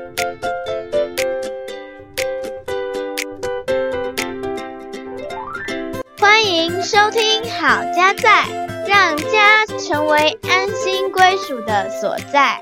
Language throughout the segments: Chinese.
欢迎收听好家在，让家成为安心归属的所在。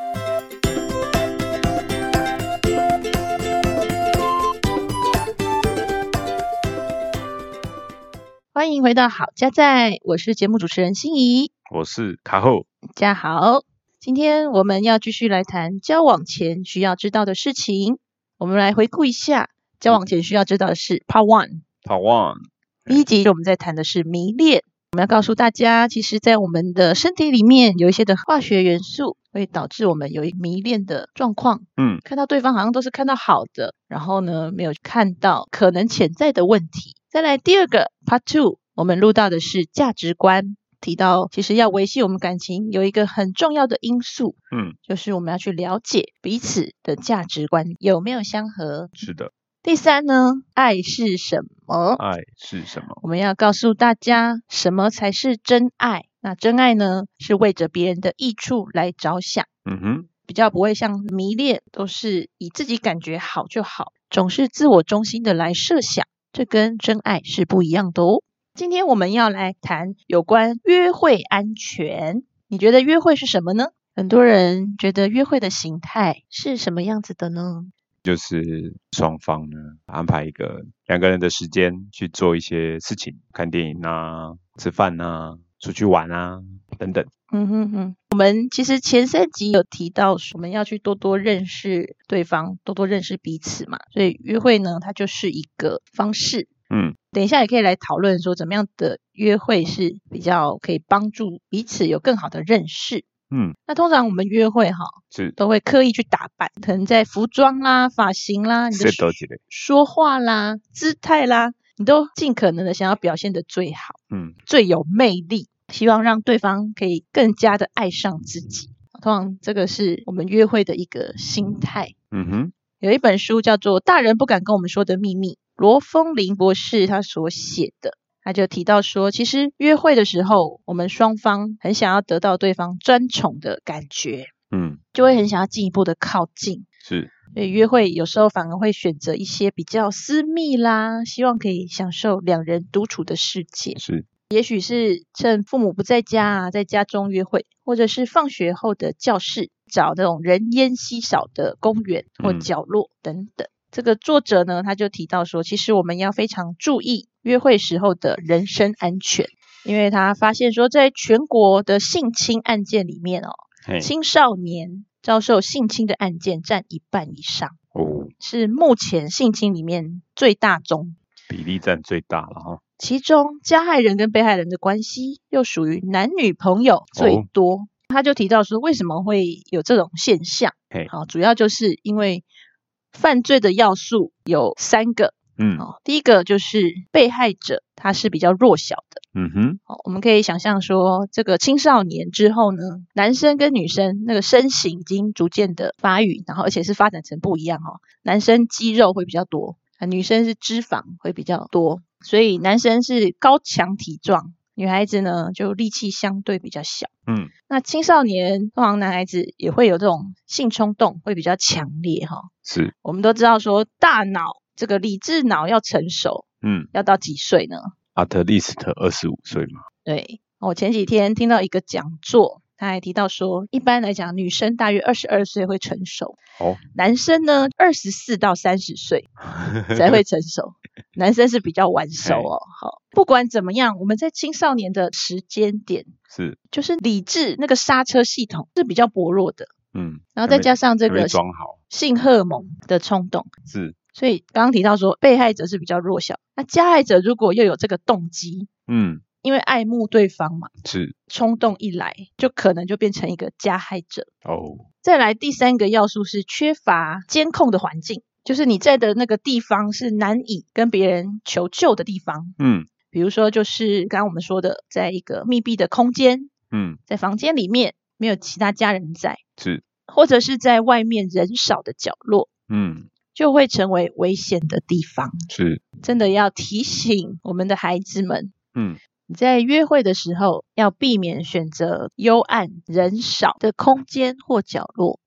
欢迎回到好家在，我是节目主持人心怡， 我是卡后。 大家好，今天我们要继续来谈交往前需要知道的事情。我们来回顾一下交往前需要知道的事 Part 1。 第一集我们在谈的是迷恋，我们要告诉大家，其实在我们的身体里面有一些的化学元素会导致我们有一迷恋的状况。看到对方好像都是看到好的，然后呢没有看到可能潜在的问题。再来第二个 Part 2， 我们录到的是价值观，提到其实要维系我们感情有一个很重要的因素，就是我们要去了解彼此的价值观有没有相合。 是的。 第三呢，爱是什么？ 爱是什么？ 我们要告诉大家什么才是真爱。那真爱呢，是为着别人的益处来着想，比较不会像迷恋，都是以自己感觉好就好，总是自我中心的来设想，这跟真爱是不一样的哦。今天我们要来谈有关约会安全。你觉得约会是什么呢？很多人觉得约会的形态是什么样子的呢？ 就是双方呢安排一个两个人的时间去做一些事情，看电影啊，吃饭啊，出去玩啊等等。 我们其实前3集有提到我们要去多多认识对方，多多认识彼此嘛，所以约会呢它就是一个方式。等一下也可以来讨论说怎么样的约会是比较可以帮助彼此有更好的认识。那通常我们约会都会刻意去打扮，可能在服装啦、发型啦、你的说话啦、姿态啦，你都尽可能的想要表现得最好，最有魅力，希望让对方可以更加的爱上自己。通常这个是我们约会的一个心态。有一本书叫做《大人不敢跟我们说的秘密》，罗风林博士他所写的，他就提到说，其实约会的时候，我们双方很想要得到对方专宠的感觉，就会很想要进一步的靠近。 是， 所以约会有时候反而会选择一些比较私密啦，希望可以享受两人独处的世界。 是， 也许是趁父母不在家啊，在家中约会，或者是放学后的教室，找那种人烟稀少的公园或角落等等。这个作者呢，他就提到说，其实我们要非常注意约会时候的人身安全，因为他发现说，在全国的性侵案件里面青少年遭受性侵的案件占1半以上，是目前性侵里面最大宗， 比例占最大了。 其中加害人跟被害人的关系又属于男女朋友最多。他就提到说，为什么会有这种现象？主要就是因为犯罪的要素有3个。第一个就是被害者他是比较弱小的。我们可以想象说，这个青少年之后呢，男生跟女生那个身形已经逐渐的发育，然后而且是发展成不一样。男生肌肉会比较多，女生是脂肪会比较多，所以男生是高强体壮，女孩子呢就力气相对比较小。那青少年通常男孩子也会有这种性冲动会比较强烈。 是， 我们都知道说大脑这个理智脑要成熟，要到几岁呢？ at least 25岁嘛。 对，我前几天听到一个讲座，他还提到说，一般来讲女生大约22岁会成熟，男生呢24到30岁才会成熟男生是比较晚熟不管怎么样，我们在青少年的时间点就是理智那个刹车系统是比较薄弱的，然后再加上这个性荷尔蒙的冲动， 是， 所以刚刚提到说被害者是比较弱小，那加害者如果又有这个动机，因为爱慕对方嘛， 是， 冲动一来就可能就变成一个加害者。再来第3个要素是缺乏监控的环境，就是你在的那个地方是难以跟别人求救的地方。比如说就是刚刚我们说的，在一个密闭的空间，在房间里面没有其他家人在， 是， 或者是在外面人少的角落，就会成为危险的地方。 是， 真的要提醒我们的孩子们，你在约会的时候要避免选择幽暗人少的空间或角落，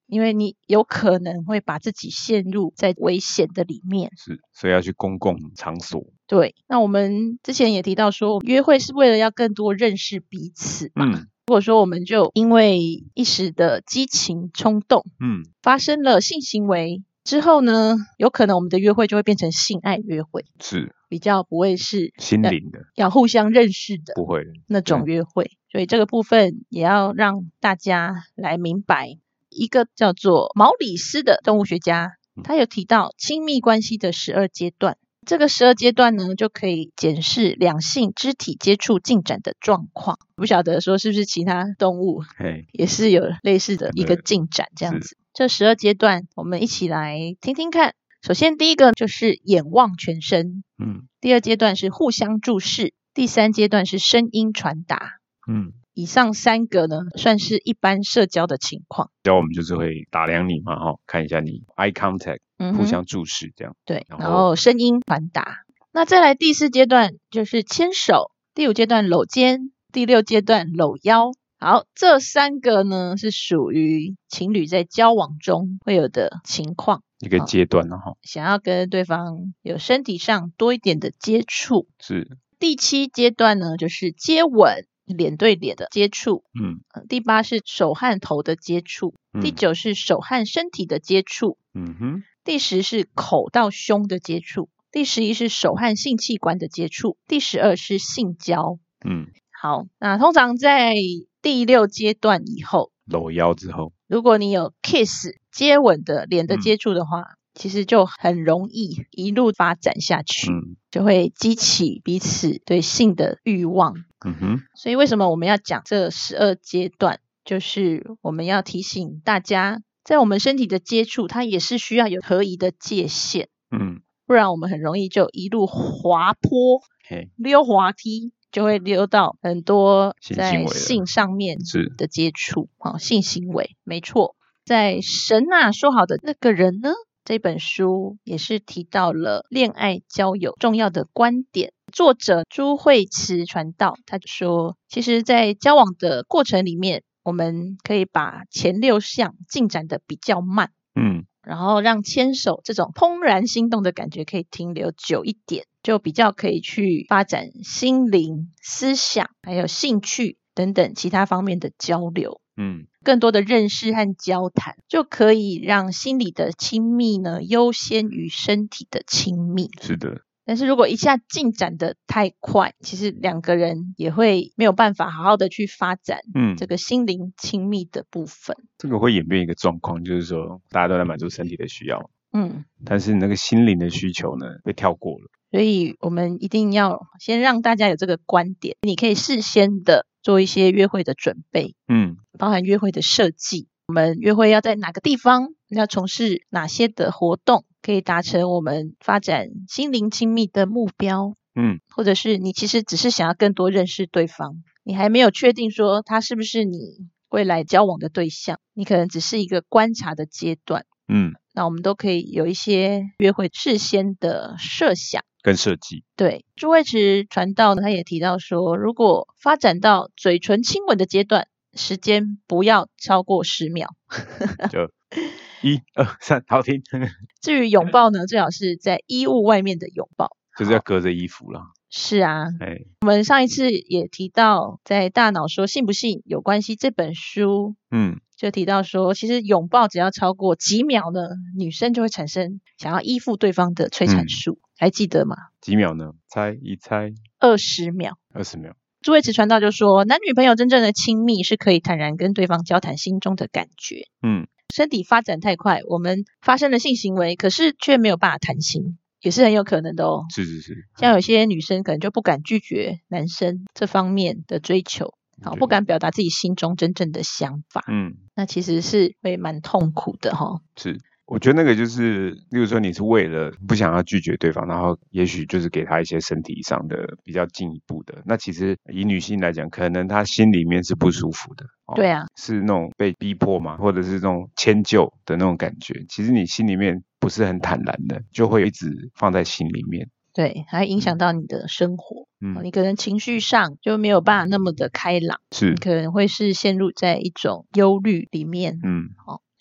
因为你有可能会把自己陷入在危险的里面。 是，所以要去公共场所。 对，那我们之前也提到说，约会是为了要更多认识彼此嘛。如果说我们就因为一时的激情冲动，发生了性行为之后呢，有可能我们的约会就会变成性爱约会， 是比较不会是心灵的， 要互相认识的， 不会那种约会。所以这个部分也要让大家来明白。一个叫做毛里斯的动物学家，他有提到亲密关系的12阶段。这个12阶段呢，就可以检视两性肢体接触进展的状况。不晓得说是不是其他动物也是有类似的一个进展这样子。这12阶段我们一起来听听看。首先第一个就是眼望全身，第二阶段是互相注视，第三阶段是声音传达。以上3个呢，算是一般社交的情况。 然后我们就是会打量你嘛，看一下你 eye contact，互相注视这样。 对，然后声音传达。那再来第4阶段就是牵手，第5阶段搂肩，第6阶段搂腰。好，这3个呢是属于情侣在交往中会有的情况， 一个阶段想要跟对方有身体上多一点的接触。 是。 第7阶段呢就是接吻，脸对脸的接触。第8是手和头的接触，第9是手和身体的接触。第10是口到胸的接触，第11是手和性器官的接触，第12是性交。好，那通常在第6阶段以后， 搂腰之后， 如果你有 kiss 接吻的脸的接触的话，其实就很容易一路发展下去，就会激起彼此对性的欲望。所以为什么我们要讲这12阶段，就是我们要提醒大家，在我们身体的接触，它也是需要有合宜的界限。不然我们很容易就一路滑坡，溜滑梯，就会溜到很多在性上面的接触，性行为。没错，在神啊说好的那个人呢，这本书也是提到了恋爱交友重要的观点。作者朱慧慈传道，他就说，其实在交往的过程里面，我们可以把前6项进展的比较慢，然后让牵手这种怦然心动的感觉可以停留久一点，就比较可以去发展心灵、思想还有兴趣等等其他方面的交流。更多的认识和交谈，就可以让心理的亲密呢优先于身体的亲密。 是的。 但是如果一下进展的太快，其实2个人也会没有办法好好的去发展这个心灵亲密的部分。 这个会演变一个状况，就是说大家都在满足身体的需要，但是那个心灵的需求呢被跳过了。 所以我们一定要先让大家有这个观点，你可以事先的做一些约会的准备，包含约会的设计，我们约会要在哪个地方，要从事哪些的活动，可以达成我们发展心灵亲密的目标。或者是你其实只是想要更多认识对方，你还没有确定说他是不是你未来交往的对象，你可能只是一个观察的阶段。那我们都可以有一些约会事先的设想跟设计。 对，朱慧慈传道呢，他也提到说，如果发展到嘴唇亲吻的阶段，时间不要超过10秒。 就1、2、3，好听。 至于拥抱呢，最好是在衣物外面的拥抱， 就是要隔着衣服啦。 是啊，我们上一次也提到，在大脑说信不信有关系这本书，就提到说，其实拥抱只要超过几秒呢，女生就会产生想要依附对方的催产素，还记得吗？ 几秒呢？一猜 20秒。 20秒。 朱慧慈传道就说，男女朋友真正的亲密是可以坦然跟对方交谈心中的感觉。身体发展太快，我们发生了性行为，可是却没有办法谈心，也是很有可能的哦。 是。 像有些女生可能就不敢拒绝男生这方面的追求，不敢表达自己心中真正的想法。那其实是会蛮痛苦的齁。 是。我觉得那个就是，例如说你是为了不想要拒绝对方，然后也许就是给他一些身体上的比较进一步的，那其实以女性来讲，可能她心里面是不舒服的。 对啊， 是那种被逼迫嘛，或者是那种迁就的那种感觉，其实你心里面不是很坦然的，就会一直放在心里面。 对，还影响到你的生活。你可能情绪上就没有办法那么的开朗， 是， 你可能会是陷入在一种忧虑里面。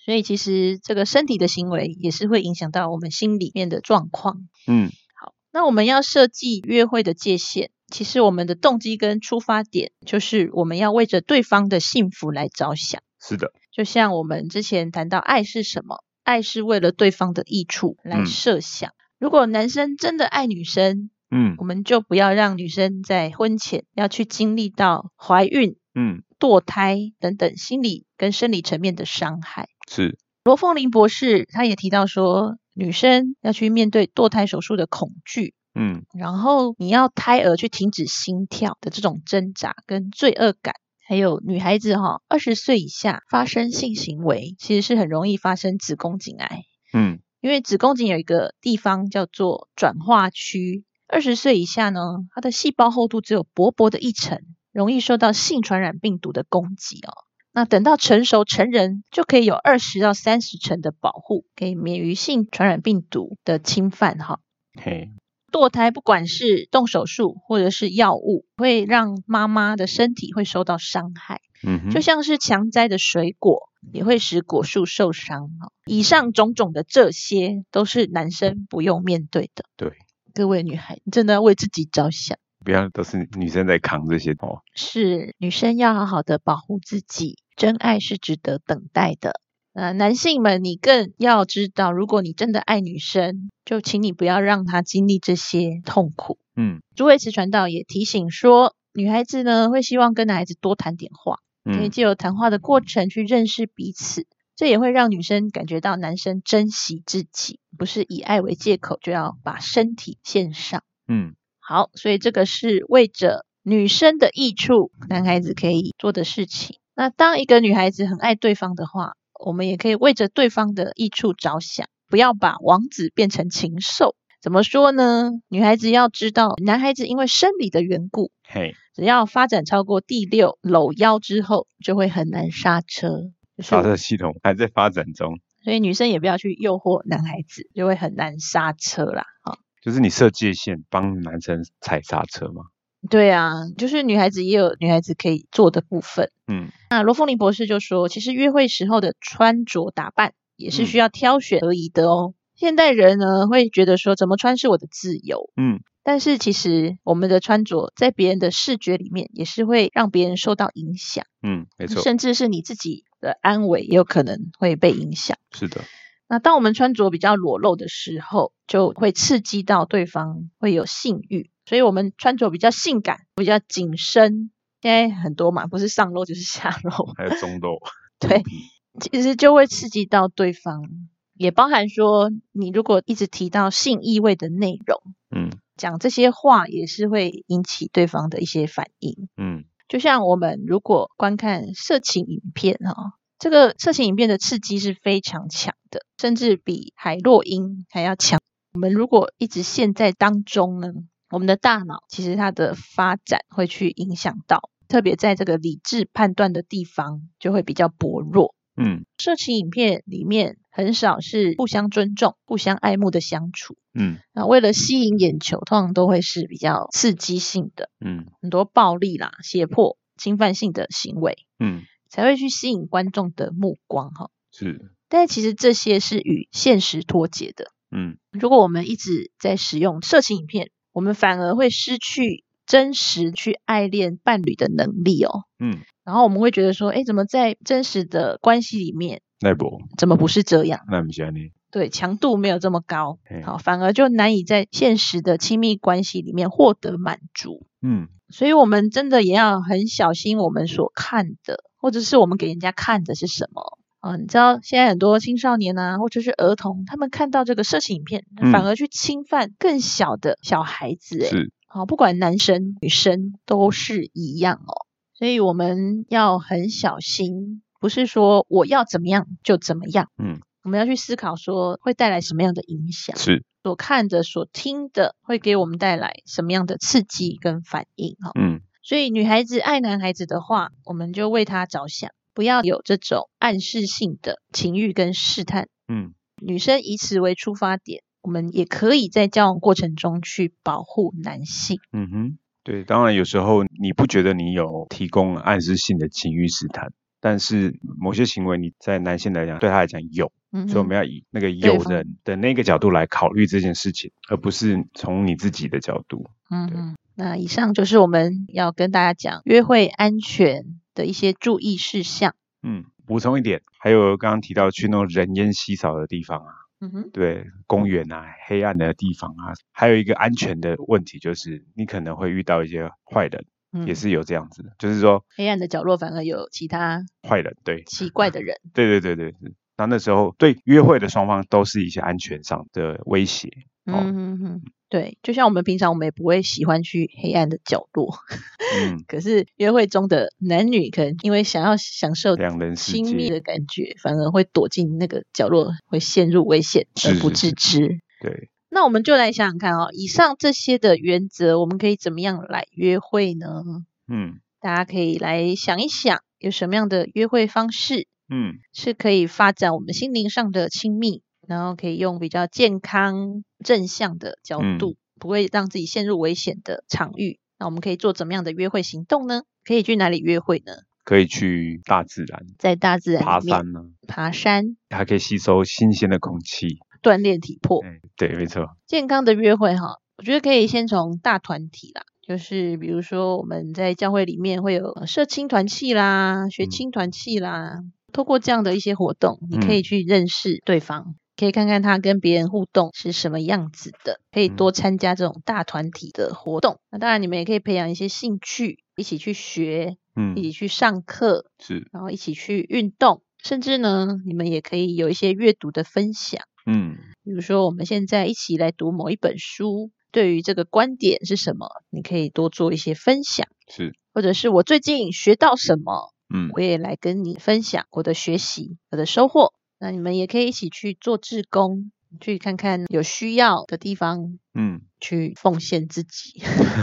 所以其实这个身体的行为也是会影响到我们心里面的状况。好，那我们要设计约会的界限，其实我们的动机跟出发点就是我们要为着对方的幸福来着想。 是的， 就像我们之前谈到爱是什么，爱是为了对方的益处来设想。如果男生真的爱女生，我们就不要让女生在婚前要去经历到怀孕、堕胎等等心理跟生理层面的伤害。 是罗凤玲博士他也提到说，女生要去面对堕胎手术的恐惧，然后你要胎儿去停止心跳的这种挣扎跟罪恶感，还有女孩子20岁以下发生性行为其实是很容易发生子宫颈癌。因为子宫颈有一个地方叫做转化区，20岁以下呢，它的细胞厚度只有薄薄的一层，容易受到性传染病毒的攻击那等到成熟成人，就可以有20到30%的保护，可以免于性传染病毒的侵犯堕胎不管是动手术或者是药物，会让妈妈的身体会受到伤害。就像是强摘的水果也会使果树受伤。以上种种的这些都是男生不用面对的。 对， 各位女孩真的要为自己着想， 不要都是女生在扛这些是女生要好好的保护自己，真爱是值得等待的。男性们你更要知道，如果你真的爱女生，就请你不要让她经历这些痛苦。朱慧慈传道也提醒说，女孩子呢会希望跟男孩子多谈点话，可以藉由谈话的过程去认识彼此，这也会让女生感觉到男生珍惜自己，不是以爱为借口就要把身体献上。好，所以这个是为着女生的益处，男孩子可以做的事情。那当一个女孩子很爱对方的话，我们也可以为着对方的益处着想，不要把王子变成禽兽。怎么说呢？女孩子要知道，男孩子因为生理的缘故，只要发展超过第6搂腰之后，就会很难刹车。 刹车系统还在发展中， 所以女生也不要去诱惑男孩子，就会很难刹车啦。 就是你设界限，帮男生踩刹车吗？ 对啊，就是女孩子也有女孩子可以做的部分。那罗凤玲博士就说，其实约会时候的穿着打扮也是需要挑选而已的现代人呢会觉得说怎么穿是我的自由，但是其实我们的穿着在别人的视觉里面也是会让别人受到影响。 没错， 甚至是你自己的安危也有可能会被影响。 是的。 那当我们穿着比较裸露的时候，就会刺激到对方会有性欲，所以我们穿着比较性感比较紧身，现在很多嘛，不是上露就是下露， 还有中露对，其实就会刺激到对方，也包含说你如果一直提到性意味的内容，讲这些话也是会引起对方的一些反应。就像我们如果观看色情影片这个色情影片的刺激是非常强的，甚至比海洛因还要强。我们如果一直陷在当中呢，我们的大脑其实它的发展会去影响到，特别在这个理智判断的地方就会比较薄弱。色情影片里面很少是互相尊重互相爱慕的相处，那为了吸引眼球通常都会是比较刺激性的，很多暴力啦胁迫侵犯性的行为，才会去吸引观众的目光是， 但其实这些是与现实脱节的。如果我们一直在使用色情影片，我们反而会失去真实去爱恋伴侣的能力然后我们会觉得说，怎么在真实的关系里面怎么不是这样， 那不是这样， 对，强度没有这么高，反而就难以在现实的亲密关系里面获得满足。所以我们真的也要很小心我们所看的，或者是我们给人家看的是什么你知道现在很多青少年或者是儿童，他们看到这个色情影片，反而去侵犯更小的小孩子是不管男生女生都是一样所以我们要很小心，不是说我要怎么样就怎么样。我们要去思考说会带来什么样的影响， 是所看的所听的会给我们带来什么样的刺激跟反应所以女孩子爱男孩子的话，我们就为他着想，不要有这种暗示性的情欲跟试探。女生以此为出发点，我们也可以在交往过程中去保护男性。 对，当然有时候你不觉得你有提供暗示性的情欲试探， 但是某些行为你在男性来讲对他来讲有，所以我们要以那个有人的那个角度来考虑这件事情，而不是从你自己的角度。 那以上就是我们要跟大家讲约会安全的一些注意事项。 补充一点，还有刚刚提到去那种人烟稀少的地方啊，对，公园啊，黑暗的地方啊，还有一个安全的问题就是你可能会遇到一些坏人，也是有这样子的，就是说黑暗的角落反而有其他坏人，对， 奇怪的人， 对，那时候对约会的双方都是一些安全上的威胁。 对，就像我们平常我们也不会喜欢去黑暗的角落，可是约会中的男女可能因为想要享受两人世界亲密的感觉，反而会躲进那个角落，会陷入危险而不自知。 对， 那我们就来想想看以上这些的原则，我们可以怎么样来约会呢？大家可以来想一想，有什么样的约会方式，是可以发展我们心灵上的亲密，然后可以用比较健康正向的角度，不会让自己陷入危险的场域。那我们可以做怎么样的约会行动呢？可以去哪里约会呢？ 可以去大自然， 在大自然里面爬山呢， 爬山还可以吸收新鲜的空气， 锻炼体魄。 对，没错。 健康的约会我觉得可以先从大团体啦，就是比如说我们在教会里面会有社青团契啦，学青团契啦，透过这样的一些活动，你可以去认识对方，可以看看他跟别人互动是什么样子的，可以多参加这种大团体的活动。那当然你们也可以培养一些兴趣，一起去学，一起去上课， 是， 然后一起去运动，甚至呢你们也可以有一些阅读的分享。比如说我们现在一起来读某一本书，对于这个观点是什么，你可以多做一些分享， 是， 或者是我最近学到什么，我也来跟你分享我的学习，我的收获。那你们也可以一起去做志工，去看看有需要的地方，去奉献自己。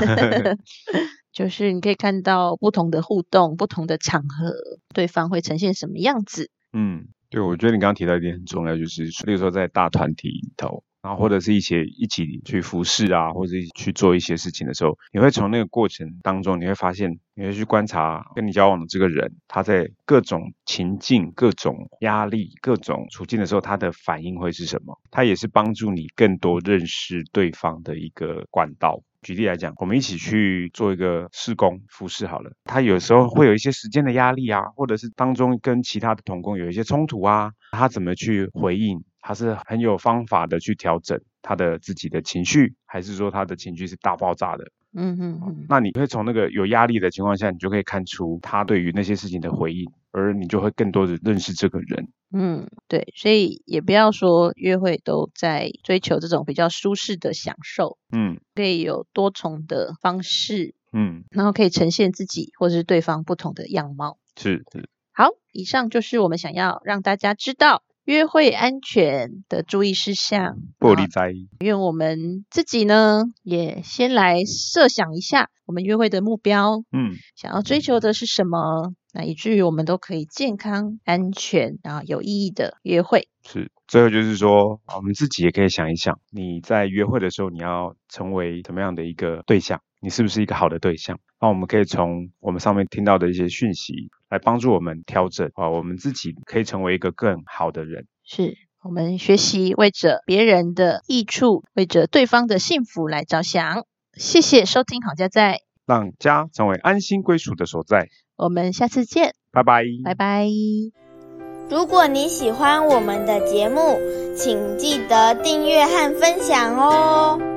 就是你可以看到不同的互动，不同的场合，对方会呈现什么样子。 对，我觉得你刚刚提到一点很重要，就是例如说在大团体里头，然后或者是一起去服侍啊，或者一起去做一些事情的时候，你会从那个过程当中，你会发现，你会去观察跟你交往的这个人，他在各种情境、各种压力、各种处境的时候，他的反应会是什么？他也是帮助你更多认识对方的一个管道。举例来讲，我们一起去做一个事工服事好了，他有时候会有一些时间的压力啊，或者是当中跟其他的同工有一些冲突啊，他怎么去回应？他是很有方法的去调整他的自己的情绪，还是说他的情绪是大爆炸的？那你会从那个有压力的情况下，你就可以看出他对于那些事情的回应，而你就会更多的认识这个人。 对，所以也不要说约会都在追求这种比较舒适的享受，可以有多重的方式，然后可以呈现自己或是对方不同的样貌。 是。 好，以上就是我们想要让大家知道约会安全的注意事项。 玻璃灾， 愿我们自己呢也先来设想一下我们约会的目标，想要追求的是什么，那以至于我们都可以健康、安全，然后有意义的约会。 是，最后就是说，我们自己也可以想一想，你在约会的时候，你要成为什么样的一个对象？你是不是一个好的对象？那我们可以从我们上面听到的一些讯息来帮助我们调整我们自己可以成为一个更好的人。 是，我们学习为着别人的益处，为着对方的幸福来着想。谢谢收听好家在， 让家成为安心归属的所在。 我们下次见， 拜拜， 拜拜。 如果你喜欢我们的节目，请记得订阅和分享哦。